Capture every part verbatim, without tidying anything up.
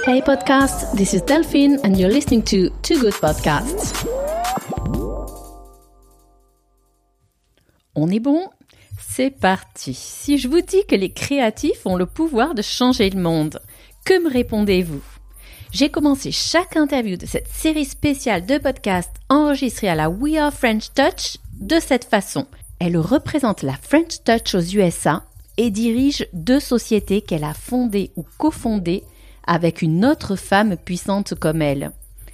Hey podcast, this is Delphine and you're listening to Too Good Podcasts. On est bon ? C'est parti. Si je vous dis que les créatifs ont le pouvoir de changer le monde, que me répondez-vous ? J'ai commencé chaque interview de cette série spéciale de podcasts enregistrée à la We Are French Touch de cette façon. Elle représente la French Touch aux U S A et dirige deux sociétés qu'elle a fondées ou cofondées avec une autre femme puissante comme elle.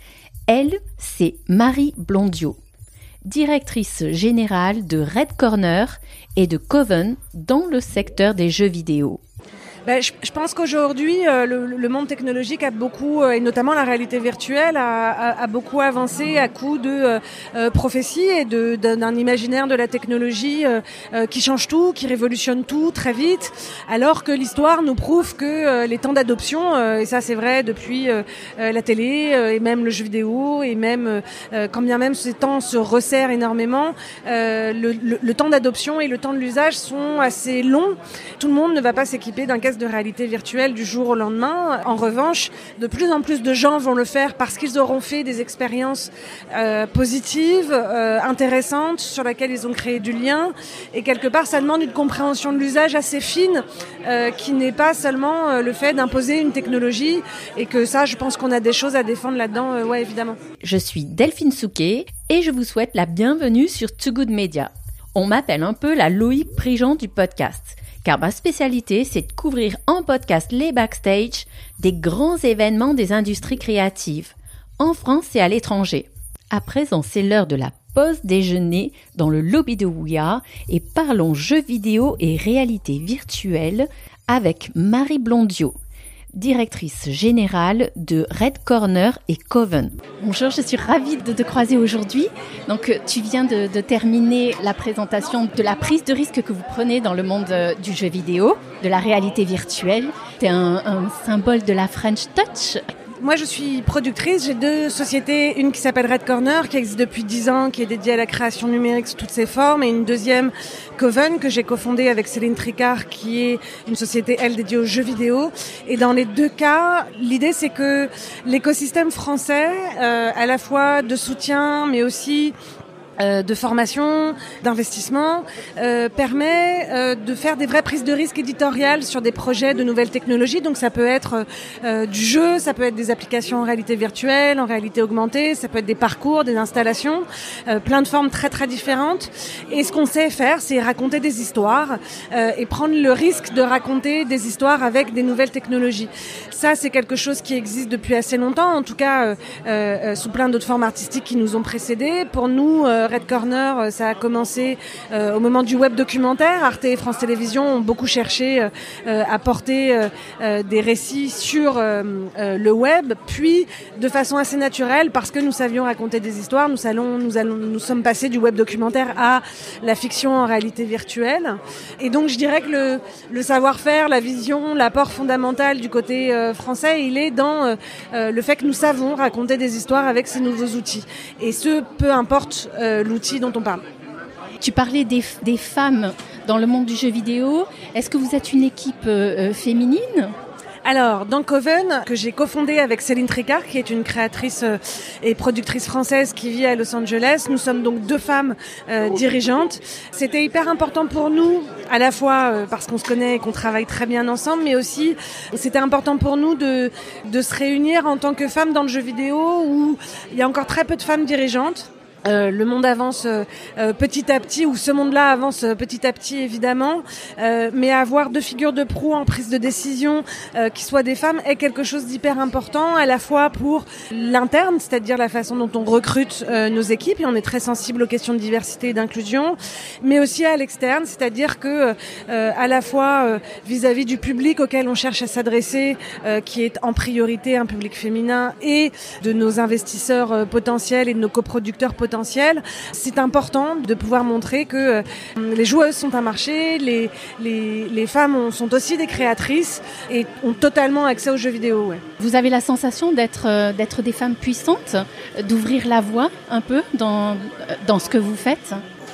Elle, c'est Marie Blondiot, directrice générale de Red Corner et de Coven dans le secteur des jeux vidéo. Ben, je, je pense qu'aujourd'hui, euh, le, le monde technologique a beaucoup, euh, et notamment la réalité virtuelle, a, a, a beaucoup avancé à coup de euh, euh, prophéties et de, d'un imaginaire de la technologie euh, euh, qui change tout, qui révolutionne tout très vite, alors que l'histoire nous prouve que euh, les temps d'adoption, euh, et ça c'est vrai depuis euh, la télé euh, et même le jeu vidéo, et même euh, quand bien même ces temps se resserrent énormément, euh, le, le, le temps d'adoption et le temps de l'usage sont assez longs. Tout le monde ne va pas s'équiper d'un casque de réalité virtuelle du jour au lendemain. En revanche, de plus en plus de gens vont le faire parce qu'ils auront fait des expériences euh, positives, euh, intéressantes, sur lesquelles ils ont créé du lien. Et quelque part, ça demande une compréhension de l'usage assez fine, euh, qui n'est pas seulement euh, le fait d'imposer une technologie. Et que ça, je pense qu'on a des choses à défendre là-dedans, euh, ouais, évidemment. Je suis Delphine Souquet et je vous souhaite la bienvenue sur Too Good Media. On m'appelle un peu la Loïc Prigent du podcast. Car ma spécialité, c'est de couvrir en podcast les backstage des grands événements des industries créatives, en France et à l'étranger. À présent, c'est l'heure de la pause déjeuner dans le lobby de We Are et parlons jeux vidéo et réalité virtuelle avec Marie Blondiot, directrice générale de Red Corner et Coven. Bonjour, je suis ravie de te croiser aujourd'hui. Donc, tu viens de, de terminer la présentation de la prise de risque que vous prenez dans le monde du jeu vidéo, de la réalité virtuelle. C'est un, un symbole de la French Touch. Moi, je suis productrice. J'ai deux sociétés. Une qui s'appelle Red Corner, qui existe depuis dix ans, qui est dédiée à la création numérique sous toutes ses formes. Et une deuxième, Coven, que j'ai cofondée avec Céline Tricard, qui est une société, elle, dédiée aux jeux vidéo. Et dans les deux cas, l'idée, c'est que l'écosystème français, euh, à la fois de soutien, mais aussi Euh, de formation, d'investissement, euh, permet euh, de faire des vraies prises de risques éditoriales sur des projets de nouvelles technologies. Donc ça peut être euh, du jeu, ça peut être des applications en réalité virtuelle, en réalité augmentée, ça peut être des parcours, des installations, euh, plein de formes très très différentes. Et ce qu'on sait faire, c'est raconter des histoires euh, et prendre le risque de raconter des histoires avec des nouvelles technologies. Ça, c'est quelque chose qui existe depuis assez longtemps, en tout cas euh, euh, sous plein d'autres formes artistiques qui nous ont précédés. Pour nous, euh, Red Corner, ça a commencé euh, au moment du web documentaire. Arte et France Télévisions ont beaucoup cherché euh, à porter euh, euh, des récits sur euh, euh, le web, puis de façon assez naturelle, parce que nous savions raconter des histoires, nous allons, nous allons, nous sommes passés du web documentaire à la fiction en réalité virtuelle. Et donc, je dirais que le, le savoir-faire, la vision, l'apport fondamental du côté euh, français, il est dans euh, le fait que nous savons raconter des histoires avec ces nouveaux outils. Et ce, peu importe euh, l'outil dont on parle. Tu parlais des, des femmes dans le monde du jeu vidéo. Est-ce que vous êtes une équipe euh, féminine ? Alors, dans Coven, que j'ai cofondé avec Céline Tricard, qui est une créatrice et productrice française qui vit à Los Angeles, nous sommes donc deux femmes euh, dirigeantes. C'était hyper important pour nous, à la fois euh, parce qu'on se connaît et qu'on travaille très bien ensemble, mais aussi c'était important pour nous de, de se réunir en tant que femmes dans le jeu vidéo où il y a encore très peu de femmes dirigeantes. Euh, le monde avance euh, euh, petit à petit, ou ce monde-là avance euh, petit à petit évidemment, euh, mais avoir deux figures de proue en prise de décision euh, qui soient des femmes est quelque chose d'hyper important, à la fois pour l'interne, c'est-à-dire la façon dont on recrute euh, nos équipes, et on est très sensible aux questions de diversité et d'inclusion, mais aussi à l'externe, c'est-à-dire que euh, à la fois euh, vis-à-vis du public auquel on cherche à s'adresser, euh, qui est en priorité un public féminin, et de nos investisseurs euh, potentiels et de nos coproducteurs potentiels, potentiel. C'est important de pouvoir montrer que euh, les joueuses sont un marché, les, les, les femmes ont, sont aussi des créatrices et ont totalement accès aux jeux vidéo. Ouais. Vous avez la sensation d'être, euh, d'être des femmes puissantes, d'ouvrir la voie un peu dans, dans ce que vous faites ?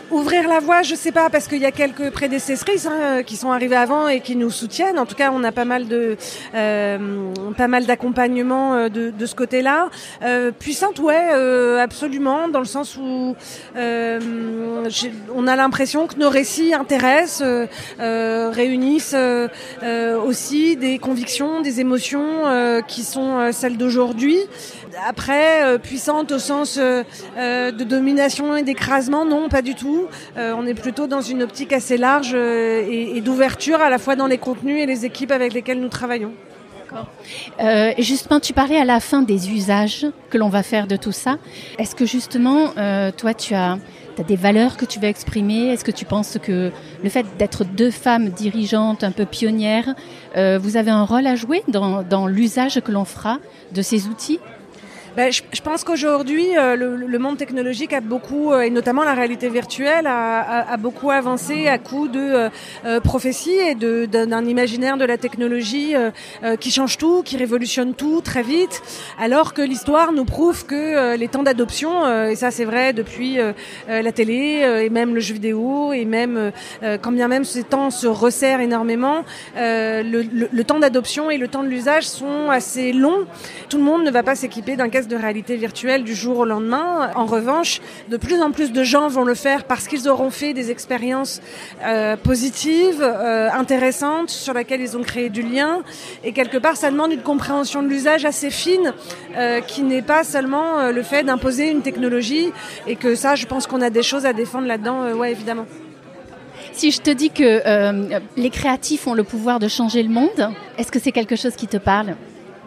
Ouvrir la voie, je sais pas, parce qu'il y a quelques prédécessrices hein, qui sont arrivées avant et qui nous soutiennent. En tout cas, on a pas mal de euh, pas mal d'accompagnement de, de ce côté-là. Euh, puissante, ouais, euh, absolument, dans le sens où euh, on a l'impression que nos récits intéressent, euh, euh, réunissent euh, euh, aussi des convictions, des émotions euh, qui sont euh, celles d'aujourd'hui. Après, euh, puissante au sens euh, euh, de domination et d'écrasement, non, pas du tout. Euh, on est plutôt dans une optique assez large euh, et, et d'ouverture à la fois dans les contenus et les équipes avec lesquelles nous travaillons. D'accord. Euh, justement, tu parlais à la fin des usages que l'on va faire de tout ça. Est-ce que justement, euh, toi, tu as, tu as des valeurs que tu veux exprimer ? Est-ce que tu penses que le fait d'être deux femmes dirigeantes, un peu pionnières, euh, vous avez un rôle à jouer dans, dans l'usage que l'on fera de ces outils ? Ben, je, je pense qu'aujourd'hui, euh, le, le monde technologique a beaucoup, euh, et notamment la réalité virtuelle, a, a, a beaucoup avancé à coup de euh, euh, prophéties et de, d'un, d'un imaginaire de la technologie euh, euh, qui change tout, qui révolutionne tout très vite, alors que l'histoire nous prouve que euh, les temps d'adoption, euh, et ça c'est vrai depuis euh, euh, la télé euh, et même le jeu vidéo, et même euh, quand bien même ces temps se resserrent énormément, euh, le, le, le temps d'adoption et le temps de l'usage sont assez longs. Tout le monde ne va pas s'équiper d'un casque de réalité virtuelle du jour au lendemain. En revanche, de plus en plus de gens vont le faire parce qu'ils auront fait des expériences euh, positives, euh, intéressantes, sur lesquelles ils ont créé du lien. Et quelque part, ça demande une compréhension de l'usage assez fine, euh, qui n'est pas seulement euh, le fait d'imposer une technologie. Et que ça, je pense qu'on a des choses à défendre là-dedans, euh, ouais, évidemment. Si je te dis que euh, les créatifs ont le pouvoir de changer le monde, est-ce que c'est quelque chose qui te parle ?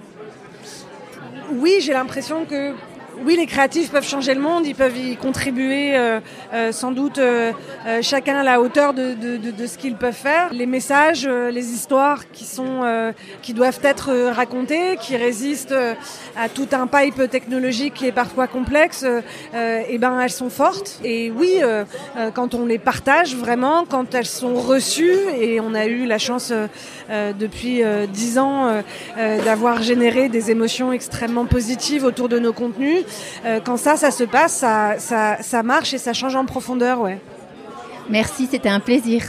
Oui, j'ai l'impression que oui, les créatifs peuvent changer le monde, ils peuvent y contribuer euh, euh, sans doute euh, euh, chacun à la hauteur de, de, de, de ce qu'ils peuvent faire. Les messages, euh, les histoires qui sont euh, qui doivent être racontées, qui résistent euh, à tout un pipe technologique qui est parfois complexe, euh, et ben elles sont fortes. Et oui, euh, euh, quand on les partage vraiment, quand elles sont reçues, et on a eu la chance euh, euh, depuis euh, dix ans euh, euh, d'avoir généré des émotions extrêmement positives autour de nos contenus. Euh, quand ça, ça se passe, ça, ça, ça marche et ça change en profondeur, ouais. Merci, c'était un plaisir.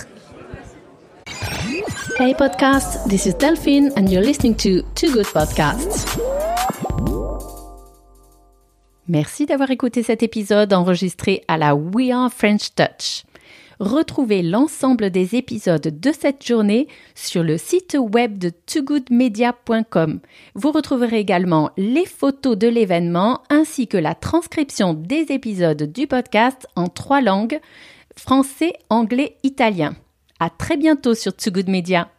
Hey podcast, this is Delphine and you're listening to Too Good Podcasts. Merci d'avoir écouté cet épisode enregistré à la We Are French Touch. Retrouvez l'ensemble des épisodes de cette journée sur le site web de too good media point com. Vous retrouverez également les photos de l'événement ainsi que la transcription des épisodes du podcast en trois langues, français, anglais, italien. À très bientôt sur Too Good Media.